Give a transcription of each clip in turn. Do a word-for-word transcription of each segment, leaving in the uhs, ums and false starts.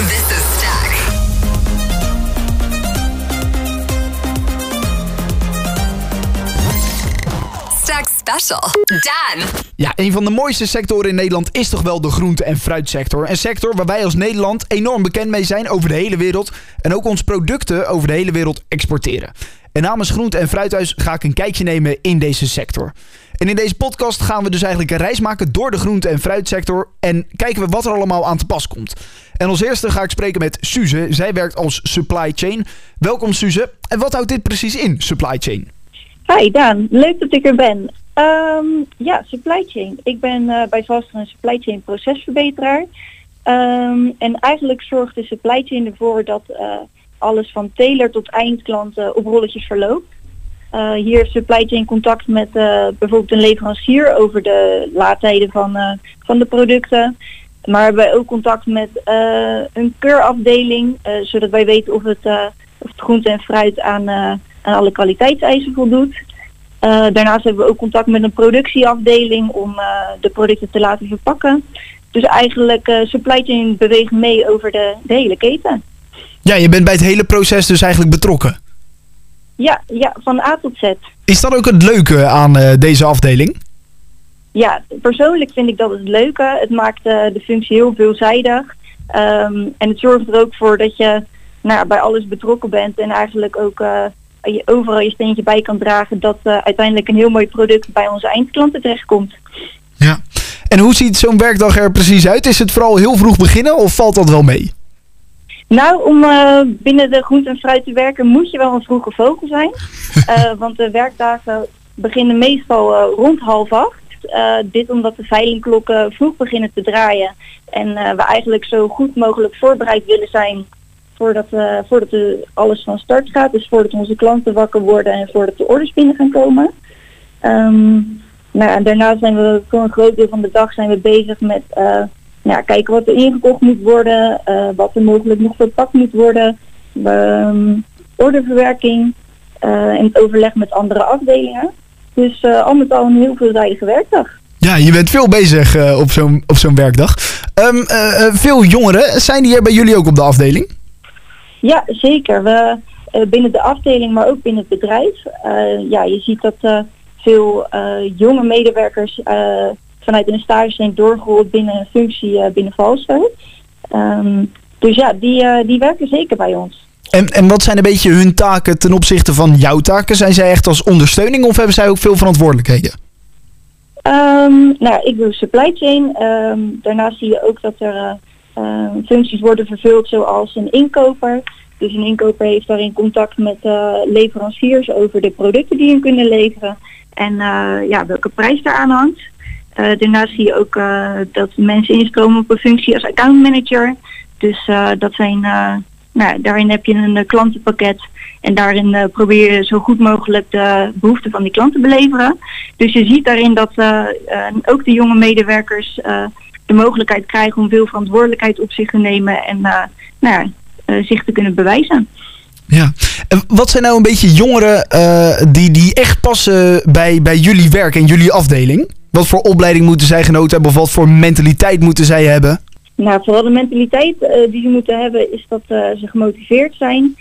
This is Stack. Stack Special. Dan. Ja, een van de mooiste sectoren in Nederland is toch wel de groente- en fruitsector. Een sector waar wij als Nederland enorm bekend mee zijn over de hele wereld. En ook onze producten over de hele wereld exporteren. En namens Groente- en Fruithuis ga ik een kijkje nemen in deze sector. En in deze podcast gaan we dus eigenlijk een reis maken door de groente- en fruitsector. En kijken we wat er allemaal aan te pas komt. En als eerste ga ik spreken met Suze. Zij werkt als supply chain. Welkom Suze. En wat houdt dit precies in, supply chain? Hi Daan, leuk dat ik er ben. Um, ja, supply chain. Ik ben uh, bij Vaster een supply chain procesverbeteraar. Um, en eigenlijk zorgt de supply chain ervoor dat uh, alles van teler tot eindklant uh, op rolletjes verloopt. Uh, hier heeft supply chain contact met uh, bijvoorbeeld een leverancier over de laadtijden van, uh, van de producten. Maar hebben wij ook contact met uh, een keurafdeling, uh, zodat wij weten of het, uh, of het groente en fruit aan, uh, aan alle kwaliteitseisen voldoet. Uh, daarnaast hebben we ook contact met een productieafdeling om uh, de producten te laten verpakken. Dus eigenlijk uh, supply chain beweegt mee over de, de hele keten. Ja, je bent bij het hele proces dus eigenlijk betrokken. Ja, ja, van A tot Z. Is dat ook het leuke aan uh, deze afdeling? Ja, persoonlijk vind ik dat het leuke. Het maakt uh, de functie heel veelzijdig. Um, en het zorgt er ook voor dat je nou, bij alles betrokken bent en eigenlijk ook uh, je overal je steentje bij kan dragen dat uh, uiteindelijk een heel mooi product bij onze eindklanten terechtkomt. Ja. En hoe ziet zo'n werkdag er precies uit? Is het vooral heel vroeg beginnen of valt dat wel mee? Nou, om uh, binnen de groente en fruit te werken moet je wel een vroege vogel zijn. uh, want de werkdagen beginnen meestal uh, rond half acht. Uh, dit omdat de veilingklokken vroeg beginnen te draaien. En uh, we eigenlijk zo goed mogelijk voorbereid willen zijn voordat, uh, voordat de alles van start gaat. Dus voordat onze klanten wakker worden en voordat de orders binnen gaan komen. Um, nou, en daarna zijn we voor een groot deel van de dag zijn we bezig met uh, ja, kijken wat er ingekocht moet worden. Uh, wat er mogelijk nog verpakt moet worden. Um, orderverwerking uh, en het overleg met andere afdelingen. Dus uh, al met al een heel veelzijdige werkdag. Ja, je bent veel bezig uh, op zo'n op zo'n werkdag. Um, uh, uh, veel jongeren, zijn die er bij jullie ook op de afdeling? Ja, zeker. We, uh, binnen de afdeling, maar ook binnen het bedrijf. Uh, ja, je ziet dat uh, veel uh, jonge medewerkers uh, vanuit een stage zijn doorgerold binnen een functie uh, binnen Valster. Um, dus ja, die, uh, die werken zeker bij ons. En, en wat zijn een beetje hun taken ten opzichte van jouw taken? Zijn zij echt als ondersteuning of hebben zij ook veel verantwoordelijkheden? Um, nou, ik doe supply chain. Um, daarnaast zie je ook dat er uh, uh, functies worden vervuld zoals een inkoper. Dus een inkoper heeft daarin contact met uh, leveranciers over de producten die hun kunnen leveren. En uh, ja, welke prijs daaraan hangt. Uh, daarnaast zie je ook uh, dat mensen instromen op een functie als accountmanager. Dus uh, dat zijn... Uh, Nou, daarin heb je een uh, klantenpakket en daarin uh, probeer je zo goed mogelijk de behoeften van die klant te beleveren. Dus je ziet daarin dat uh, uh, ook de jonge medewerkers uh, de mogelijkheid krijgen om veel verantwoordelijkheid op zich te nemen en uh, nou ja, uh, zich te kunnen bewijzen. Ja, en wat zijn nou een beetje jongeren uh, die, die echt passen bij, bij jullie werk en jullie afdeling? Wat voor opleiding moeten zij genoten hebben of wat voor mentaliteit moeten zij hebben? Nou, vooral de mentaliteit uh, die ze moeten hebben is dat uh, ze gemotiveerd zijn,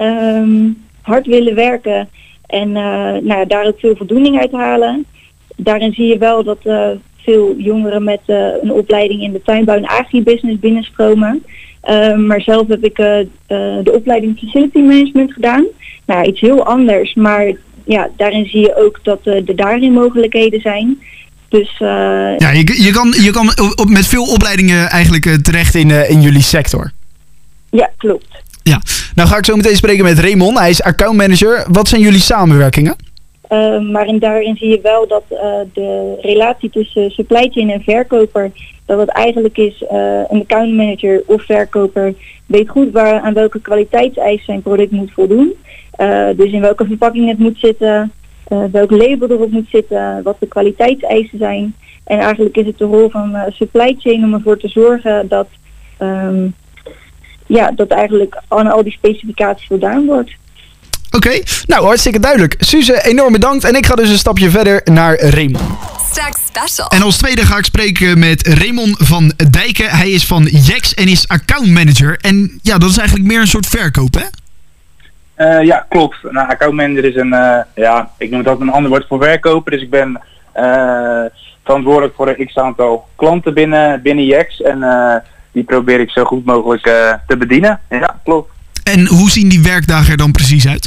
um, hard willen werken en uh, nou, daar ook veel voldoening uit halen. Daarin zie je wel dat uh, veel jongeren met uh, een opleiding in de tuinbouw en agribusiness binnenstromen. Uh, maar zelf heb ik uh, uh, de opleiding Facility Management gedaan. Nou, iets heel anders, maar ja, daarin zie je ook dat uh, er daarin mogelijkheden zijn. Dus, uh, ja, je, je kan, je kan op, met veel opleidingen eigenlijk uh, terecht in, uh, in jullie sector. Ja, klopt. Ja, nou ga ik zo meteen spreken met Raymond. Hij is accountmanager. Wat zijn jullie samenwerkingen? Uh, maar in daarin zie je wel dat uh, de relatie tussen supply chain en verkoper, dat het eigenlijk is uh, een accountmanager of verkoper weet goed waar aan welke kwaliteitseisen zijn product moet voldoen. Uh, dus in welke verpakking het moet zitten. Uh, welk label erop moet zitten, wat de kwaliteitseisen zijn. En eigenlijk is het de rol van uh, supply chain om ervoor te zorgen dat, um, ja, dat eigenlijk aan al die specificaties voldaan wordt. Oké, okay. Nou hartstikke duidelijk. Suze, enorm bedankt. En ik ga dus een stapje verder naar Raymond. Stack Special. En als tweede ga ik spreken met Raymond van Dijken. Hij is van Jex en is accountmanager. En ja, dat is eigenlijk meer een soort verkoop, hè? Uh, ja, klopt. Nou, accountmanager is een, uh, ja, ik noem het altijd een ander woord voor verkoper. Dus ik ben uh, verantwoordelijk voor een x-aantal klanten binnen, binnen Jex. En uh, die probeer ik zo goed mogelijk uh, te bedienen. Ja, klopt. En hoe zien die werkdagen er dan precies uit?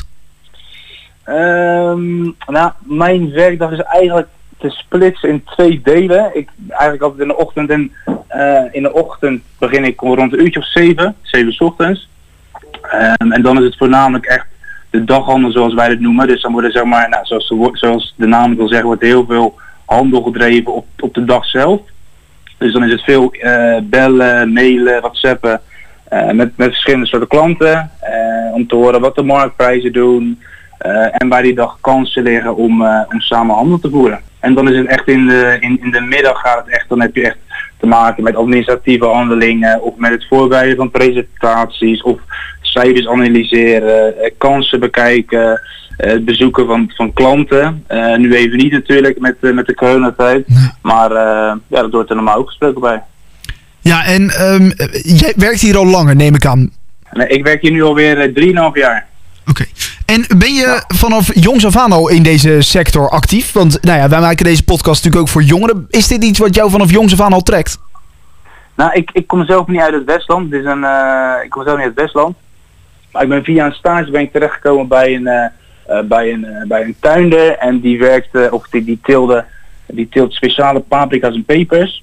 Um, nou, mijn werkdag is eigenlijk te splitsen in twee delen. Ik eigenlijk altijd in de ochtend en uh, in de ochtend begin ik rond een uurtje of zeven, zeven 's ochtends. Um, en dan is het voornamelijk echt de daghandel zoals wij het noemen. Dus dan worden zeg maar, nou, zoals, de, zoals de naam het wil zeggen, wordt heel veel handel gedreven op, op de dag zelf. Dus dan is het veel uh, bellen, mailen, whatsappen uh, met, met verschillende soorten klanten. Uh, om te horen wat de marktprijzen doen. Uh, en waar die dag kansen liggen om, uh, om samen handel te voeren. En dan is het echt in de, in, in de middag gaat het echt, dan heb je echt te maken met administratieve handelingen of met het voorbereiden van presentaties of cijfers analyseren, uh, kansen bekijken, uh, het bezoeken van, van klanten. Uh, nu even niet natuurlijk met, uh, met de coronatijd, nee. maar uh, ja, dat hoort er normaal ook gesproken bij. Ja, en um, jij werkt hier al langer, neem ik aan. Nee, ik werk hier nu alweer drieënhalf jaar. Oké. Okay. En ben je ja. vanaf jongs af aan al in deze sector actief? Want nou ja, wij maken deze podcast natuurlijk ook voor jongeren. Is dit iets wat jou vanaf jongs af aan al trekt? Nou, ik, ik kom zelf niet uit het Westland. Het is een, uh, ik kom zelf niet uit het Westland. Maar ik ben via een stage ben ik terechtgekomen bij een, uh, uh, bij een, uh, bij een tuinder. En die werkte, of die, die teelde, die teelt speciale paprika's en pepers.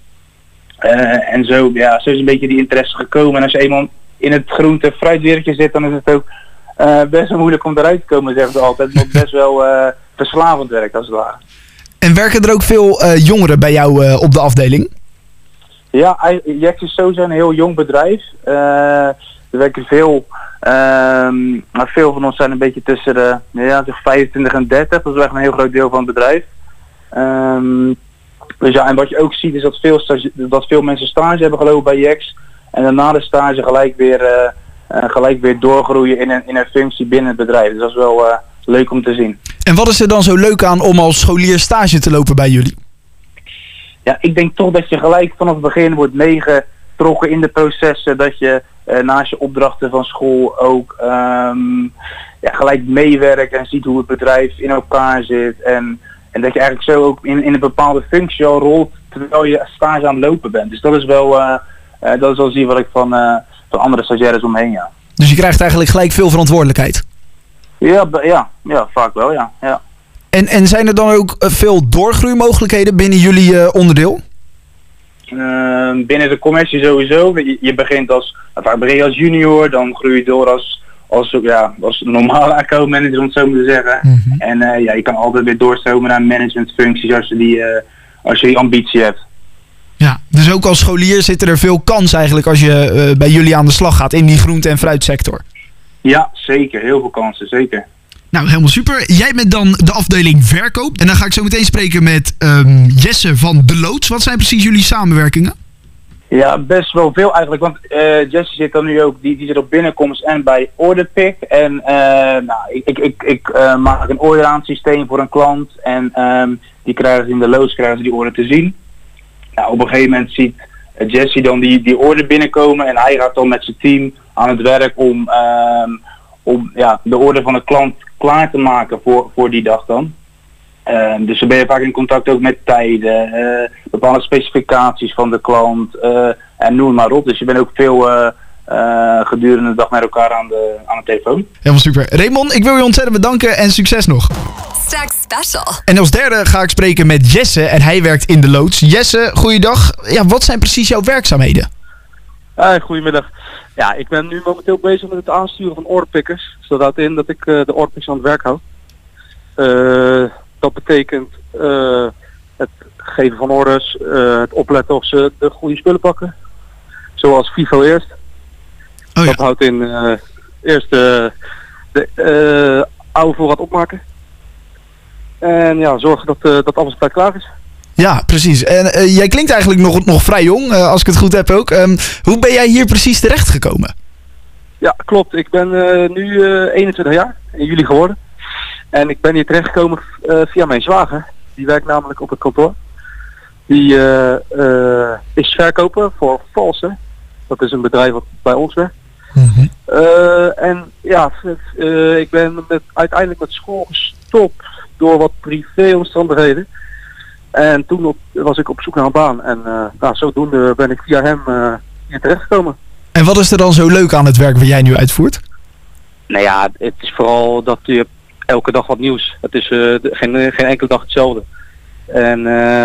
Uh, en zo, ja, zo is een beetje die interesse gekomen. En als je eenmaal in het groente- en fruitwereldje zit, dan is het ook Uh, best wel moeilijk om eruit te komen, zeggen ze altijd. Het best wel uh, verslavend werk, als het ware. En werken er ook veel uh, jongeren bij jou uh, op de afdeling? Ja, Jex is sowieso een heel jong bedrijf. Uh, er werken veel, uh, maar veel van ons zijn een beetje tussen de ja, vijfentwintig en dertig. Dat is echt een heel groot deel van het bedrijf. Um, dus ja, en wat je ook ziet is dat veel, stage, dat veel mensen stage hebben gelopen bij Jex. En daarna de stage gelijk weer... Uh, Uh, gelijk weer doorgroeien in een, in een functie binnen het bedrijf. Dus dat is wel uh, leuk om te zien. En wat is er dan zo leuk aan om als scholier stage te lopen bij jullie? Ja, ik denk toch dat je gelijk vanaf het begin wordt meegetrokken in de processen. Dat je uh, naast je opdrachten van school ook um, ja, gelijk meewerkt en ziet hoe het bedrijf in elkaar zit. En, en dat je eigenlijk zo ook in, in een bepaalde functie al rolt terwijl je stage aan het lopen bent. Dus dat is wel, uh, uh, dat is wel zien wat ik van... Uh, van andere stagiaires omheen, ja. Dus je krijgt eigenlijk gelijk veel verantwoordelijkheid? Ja, ja, ja vaak wel, ja. ja. En, en zijn er dan ook uh, veel doorgroeimogelijkheden binnen jullie uh, onderdeel? Uh, binnen de commercie sowieso. Je, je begint als, vaak begin je als junior, dan groei je door als, als, ja, als normale accountmanager, om het zo maar te zeggen. Mm-hmm. En uh, ja, je kan altijd weer doorstromen naar managementfuncties als je die, uh, als je die ambitie hebt. Ja, dus ook als scholier zitten er veel kans eigenlijk als je uh, bij jullie aan de slag gaat in die groente- en fruitsector. Ja, zeker. Heel veel kansen, zeker. Nou, helemaal super. Jij bent dan de afdeling verkoop. En dan ga ik zo meteen spreken met um, Jesse van De Loods. Wat zijn precies jullie samenwerkingen? Ja, best wel veel eigenlijk. Want uh, Jesse zit dan nu ook, die, die zit op binnenkomst en bij orderpick. En uh, nou, ik, ik, ik, ik uh, maak een orderaanssysteem voor een klant. En um, die krijgen ze in de loods, krijgen ze die order te zien. Nou, op een gegeven moment ziet Jesse dan die, die order binnenkomen en hij gaat dan met zijn team aan het werk om, um, om ja, de order van de klant klaar te maken voor, voor die dag dan. Um, dus dan ben je vaak in contact ook met tijden, uh, bepaalde specificaties van de klant uh, en noem maar op. Dus je bent ook veel uh, uh, gedurende de dag met elkaar aan de, aan de telefoon. Helemaal super. Raymond, ik wil je ontzettend bedanken en succes nog. Stack Special. En als derde ga ik spreken met Jesse en hij werkt in de loods. Jesse, goeiedag. Ja, wat zijn precies jouw werkzaamheden? Uh, goedemiddag. Ja, ik ben nu momenteel bezig met het aansturen van orderpickers. Dus dat houdt in dat ik uh, de orderpickers aan het werk hou. Uh, dat betekent uh, het geven van orders, uh, het opletten of ze de goede spullen pakken. Zoals FIFO eerst. Oh, ja. Dat houdt in uh, eerst uh, de uh, oude voorraad opmaken. En ja, zorgen dat, uh, dat alles bij klaar is. Ja, precies. En uh, jij klinkt eigenlijk nog, nog vrij jong, uh, als ik het goed heb ook. Um, hoe ben jij hier precies terechtgekomen? Ja, klopt. Ik ben uh, nu uh, eenentwintig jaar, in juli geworden. En ik ben hier terechtgekomen uh, via mijn zwager. Die werkt namelijk op het kantoor. Die uh, uh, is verkoper voor Valse. Dat is een bedrijf wat bij ons werkt. Mm-hmm. Uh, en ja, uh, ik ben met, uiteindelijk met school gestopt door wat privéomstandigheden. En toen op, was ik op zoek naar een baan. En uh, nou, zodoende ben ik via hem uh, hier terechtgekomen. En wat is er dan zo leuk aan het werk wat jij nu uitvoert? Nou ja, het is vooral dat je elke dag wat nieuws. Het is uh, geen, geen enkele dag hetzelfde. En uh,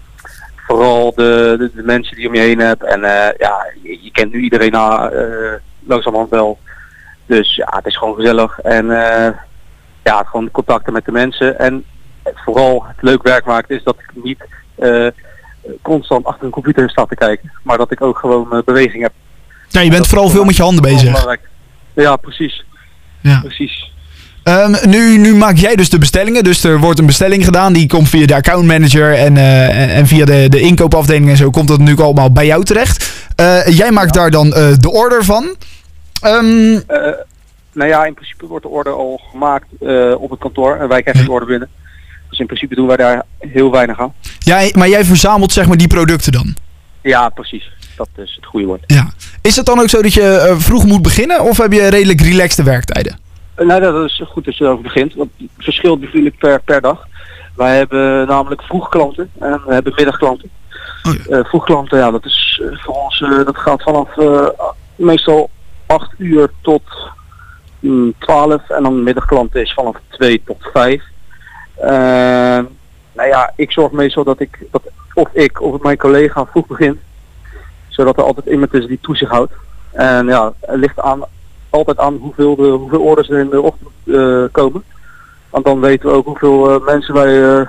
vooral de, de, de mensen die om je heen hebt. En uh, ja, je, je kent nu iedereen na, uh, langzamerhand wel. Dus ja, het is gewoon gezellig. En uh, ja, gewoon contacten met de mensen. En vooral het leuk werk maakt is dat ik niet uh, constant achter een computer sta te kijken. Maar dat ik ook gewoon uh, beweging heb. Ja, je bent dat vooral veel met je handen bezig. Belangrijk. Ja, precies. Ja. Precies. Um, nu, nu maak jij dus de bestellingen. Dus er wordt een bestelling gedaan. Die komt via de accountmanager en, uh, en via de, de inkoopafdeling en zo komt dat natuurlijk allemaal bij jou terecht. Uh, jij maakt ja. daar dan uh, de order van. Um, uh, nou ja, in principe wordt de order al gemaakt uh, op het kantoor en wij krijgen de order binnen. Dus in principe doen wij daar heel weinig aan. Ja, maar jij verzamelt zeg maar die producten dan? Ja, precies. Dat is het goede woord. Ja. Is het dan ook zo dat je uh, vroeg moet beginnen of heb je redelijk relaxte werktijden? Uh, nou, dat is goed dat je erover begint, want het verschilt natuurlijk per, per dag. Wij hebben namelijk vroegklanten en we hebben middagklanten. Oh ja. uh, vroegklanten, ja, dat is uh, voor ons, uh, dat gaat vanaf uh, meestal acht uur tot mm, twaalf en dan middagklanten is vanaf twee tot vijf. Uh, nou ja, ik zorg meestal dat ik, dat of ik of mijn collega vroeg begint, zodat er altijd iemand is die toezicht houdt. En ja, het ligt aan, altijd aan hoeveel, de, hoeveel orders er in de ochtend uh, komen. Want dan weten we ook hoeveel uh, mensen wij uh,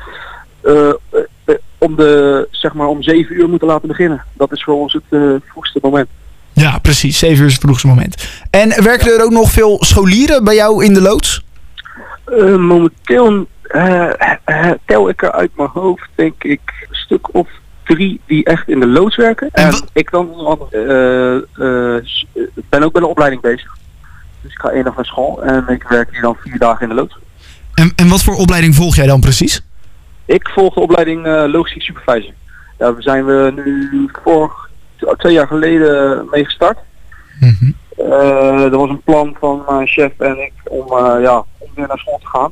uh, uh, om de, zeg maar om zeven uur moeten laten beginnen. Dat is voor ons het uh, vroegste moment. Ja, precies. zeven uur is het vroegste moment. En werken er ook nog veel scholieren bij jou in de loods? Uh, momenteel uh, uh, tel ik er uit mijn hoofd, denk ik, een stuk of drie die echt in de loods werken. En, en ik dan uh, uh, ben ook bij de opleiding bezig. Dus ik ga één dag naar school en ik werk hier dan vier dagen in de loods. En, en wat voor opleiding volg jij dan precies? Ik volg de opleiding uh, logistiek supervisor. Daar zijn we nu vorig, twee jaar geleden mee gestart. Mm-hmm. Uh, er was een plan van mijn chef en ik om, uh, ja, om weer naar school te gaan.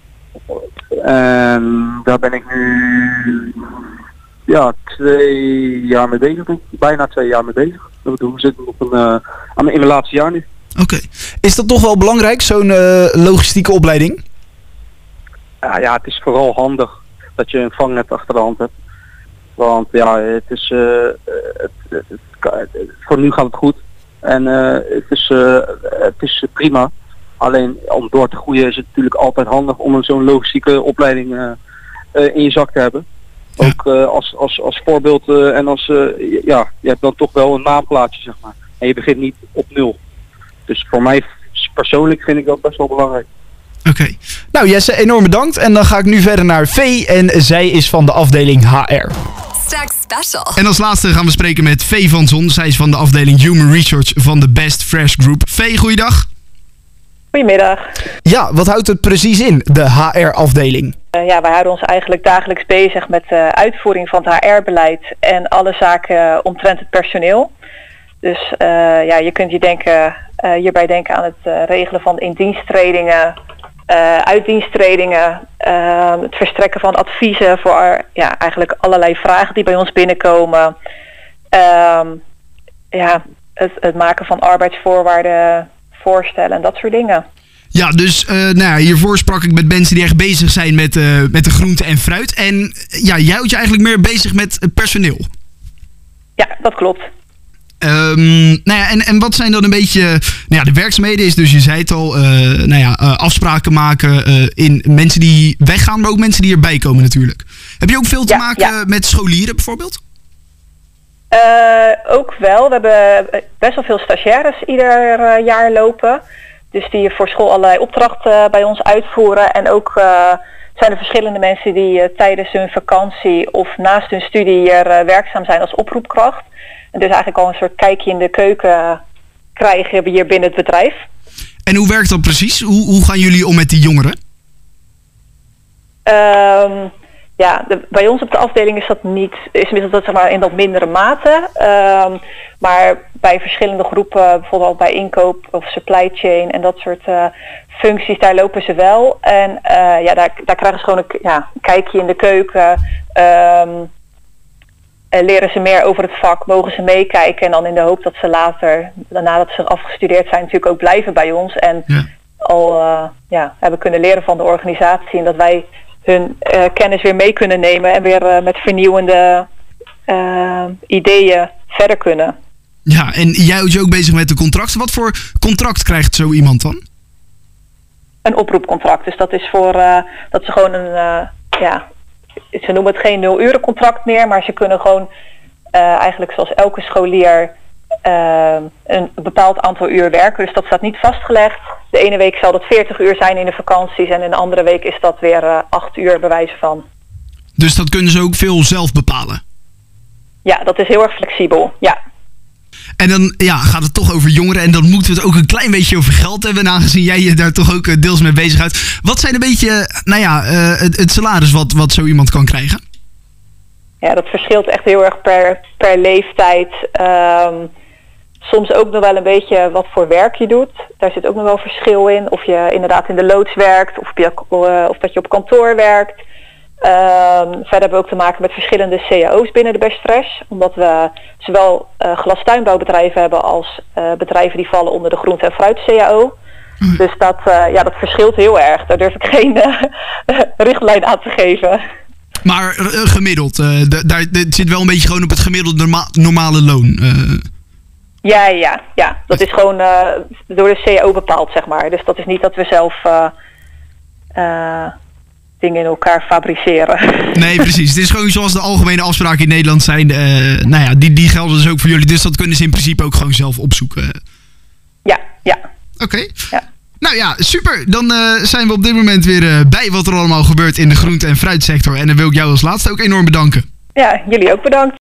En daar ben ik nu ja, twee jaar mee bezig. Bijna twee jaar mee bezig. We zitten op een, uh, aan in mijn laatste jaar nu. Oké. Okay. Is dat toch wel belangrijk, zo'n uh, logistieke opleiding? Ja, ja, het is vooral handig dat je een vangnet achter de hand hebt. Want ja, het is, uh, het, het, het, het, voor nu gaat het goed. En uh, het, is, uh, het is prima. Alleen om door te groeien is het natuurlijk altijd handig om zo'n logistieke opleiding uh, uh, in je zak te hebben. Ja. Ook uh, als, als, als voorbeeld uh, en als, uh, ja, je hebt dan toch wel een naamplaatje, zeg maar. En je begint niet op nul. Dus voor mij persoonlijk vind ik dat best wel belangrijk. Oké. Okay. Nou Jesse, enorm bedankt. En dan ga ik nu verder naar Vee en zij is van de afdeling H R. Stack Special. En als laatste gaan we spreken met Vee van Zon. Zij is van de afdeling Human Research van de Best Fresh Group. Vee, goeiedag. Goedemiddag. Ja, wat houdt het precies in, de H R-afdeling? Uh, ja, wij houden ons eigenlijk dagelijks bezig met de uitvoering van het H R-beleid en alle zaken omtrent het personeel. Dus uh, ja, je kunt je denken, uh, hierbij denken aan het uh, regelen van indiensttredingen, uh, uitdiensttredingen, uh, het verstrekken van adviezen voor ja, eigenlijk allerlei vragen die bij ons binnenkomen. Uh, ja, het, het maken van arbeidsvoorwaarden, voorstellen en dat soort dingen. Ja, dus uh, nou ja, hiervoor sprak ik met mensen die echt bezig zijn met, uh, met de groente en fruit. En uh, ja, jij houdt je eigenlijk meer bezig met het personeel. Ja, dat klopt. Um, nou ja, en, en wat zijn dan een beetje nou ja, de werkzaamheden? Is dus, je zei het al, uh, nou ja, uh, afspraken maken uh, in mensen die weggaan, maar ook mensen die erbij komen natuurlijk. Heb je ook veel te ja, maken ja. met scholieren bijvoorbeeld? Uh, ook wel. We hebben best wel veel stagiaires ieder uh, jaar lopen. Dus die voor school allerlei opdrachten bij ons uitvoeren. En ook uh, zijn er verschillende mensen die uh, tijdens hun vakantie of naast hun studie hier uh, werkzaam zijn als oproepkracht. En dus eigenlijk al een soort kijkje in de keuken krijgen hier binnen het bedrijf. En hoe werkt dat precies? Hoe, hoe gaan jullie om met die jongeren? Um, ja, de, bij ons op de afdeling is dat niet, is dat zeg maar in wat mindere mate. Um, maar bij verschillende groepen, bijvoorbeeld bij inkoop of supply chain en dat soort uh, functies, daar lopen ze wel. En uh, ja, daar, daar krijgen ze gewoon een ja, kijkje in de keuken. Um, en leren ze meer over het vak, mogen ze meekijken. En dan in de hoop dat ze later, nadat ze afgestudeerd zijn, natuurlijk ook blijven bij ons. En ja. al uh, ja, hebben kunnen leren van de organisatie. En dat wij hun uh, kennis weer mee kunnen nemen en weer uh, met vernieuwende uh, ideeën verder kunnen. Ja, en jij houdt je ook bezig met de contracten. Wat voor contract krijgt zo iemand dan? Een oproepcontract. Dus dat is voor uh, dat ze gewoon een, uh, ja, ze noemen het geen nul-urencontract meer, maar ze kunnen gewoon uh, eigenlijk zoals elke scholier uh, een bepaald aantal uur werken. Dus dat staat niet vastgelegd. De ene week zal dat veertig uur zijn in de vakanties en in de andere week is dat weer uh, acht uur bij wijze van. Dus dat kunnen ze ook veel zelf bepalen? Ja, dat is heel erg flexibel, ja. En dan ja, gaat het toch over jongeren en dan moeten we het ook een klein beetje over geld hebben, aangezien jij je daar toch ook deels mee bezig houdt. Wat zijn een beetje, nou ja, uh, het, het salaris wat, wat zo iemand kan krijgen? Ja, dat verschilt echt heel erg per, per leeftijd. Um, soms ook nog wel een beetje wat voor werk je doet. Daar zit ook nog wel verschil in. Of je inderdaad in de loods werkt of, je, uh, of dat je op kantoor werkt. Um, verder hebben we ook te maken met verschillende C A O's binnen de Best Fresh. Omdat we zowel uh, glastuinbouwbedrijven hebben als uh, bedrijven die vallen onder de groente- en fruit C A O. Mm. Dus dat, uh, ja, dat verschilt heel erg. Daar durf ik geen uh, richtlijn aan te geven. Maar uh, gemiddeld, uh, d- daar d- zit wel een beetje gewoon op het gemiddelde norma- normale loon. Uh. Ja, ja, ja. Dat is gewoon uh, door de C A O bepaald, zeg maar. Dus dat is niet dat we zelf uh, uh, dingen in elkaar fabriceren. Nee, precies. Het is gewoon zoals de algemene afspraken in Nederland zijn. Uh, nou ja, die, die gelden dus ook voor jullie. Dus dat kunnen ze in principe ook gewoon zelf opzoeken. Ja, ja. Oké. Okay. Ja. Nou ja, super. Dan uh, zijn we op dit moment weer uh, bij wat er allemaal gebeurt in de groente- en fruitsector. En dan wil ik jou als laatste ook enorm bedanken. Ja, jullie ook bedankt.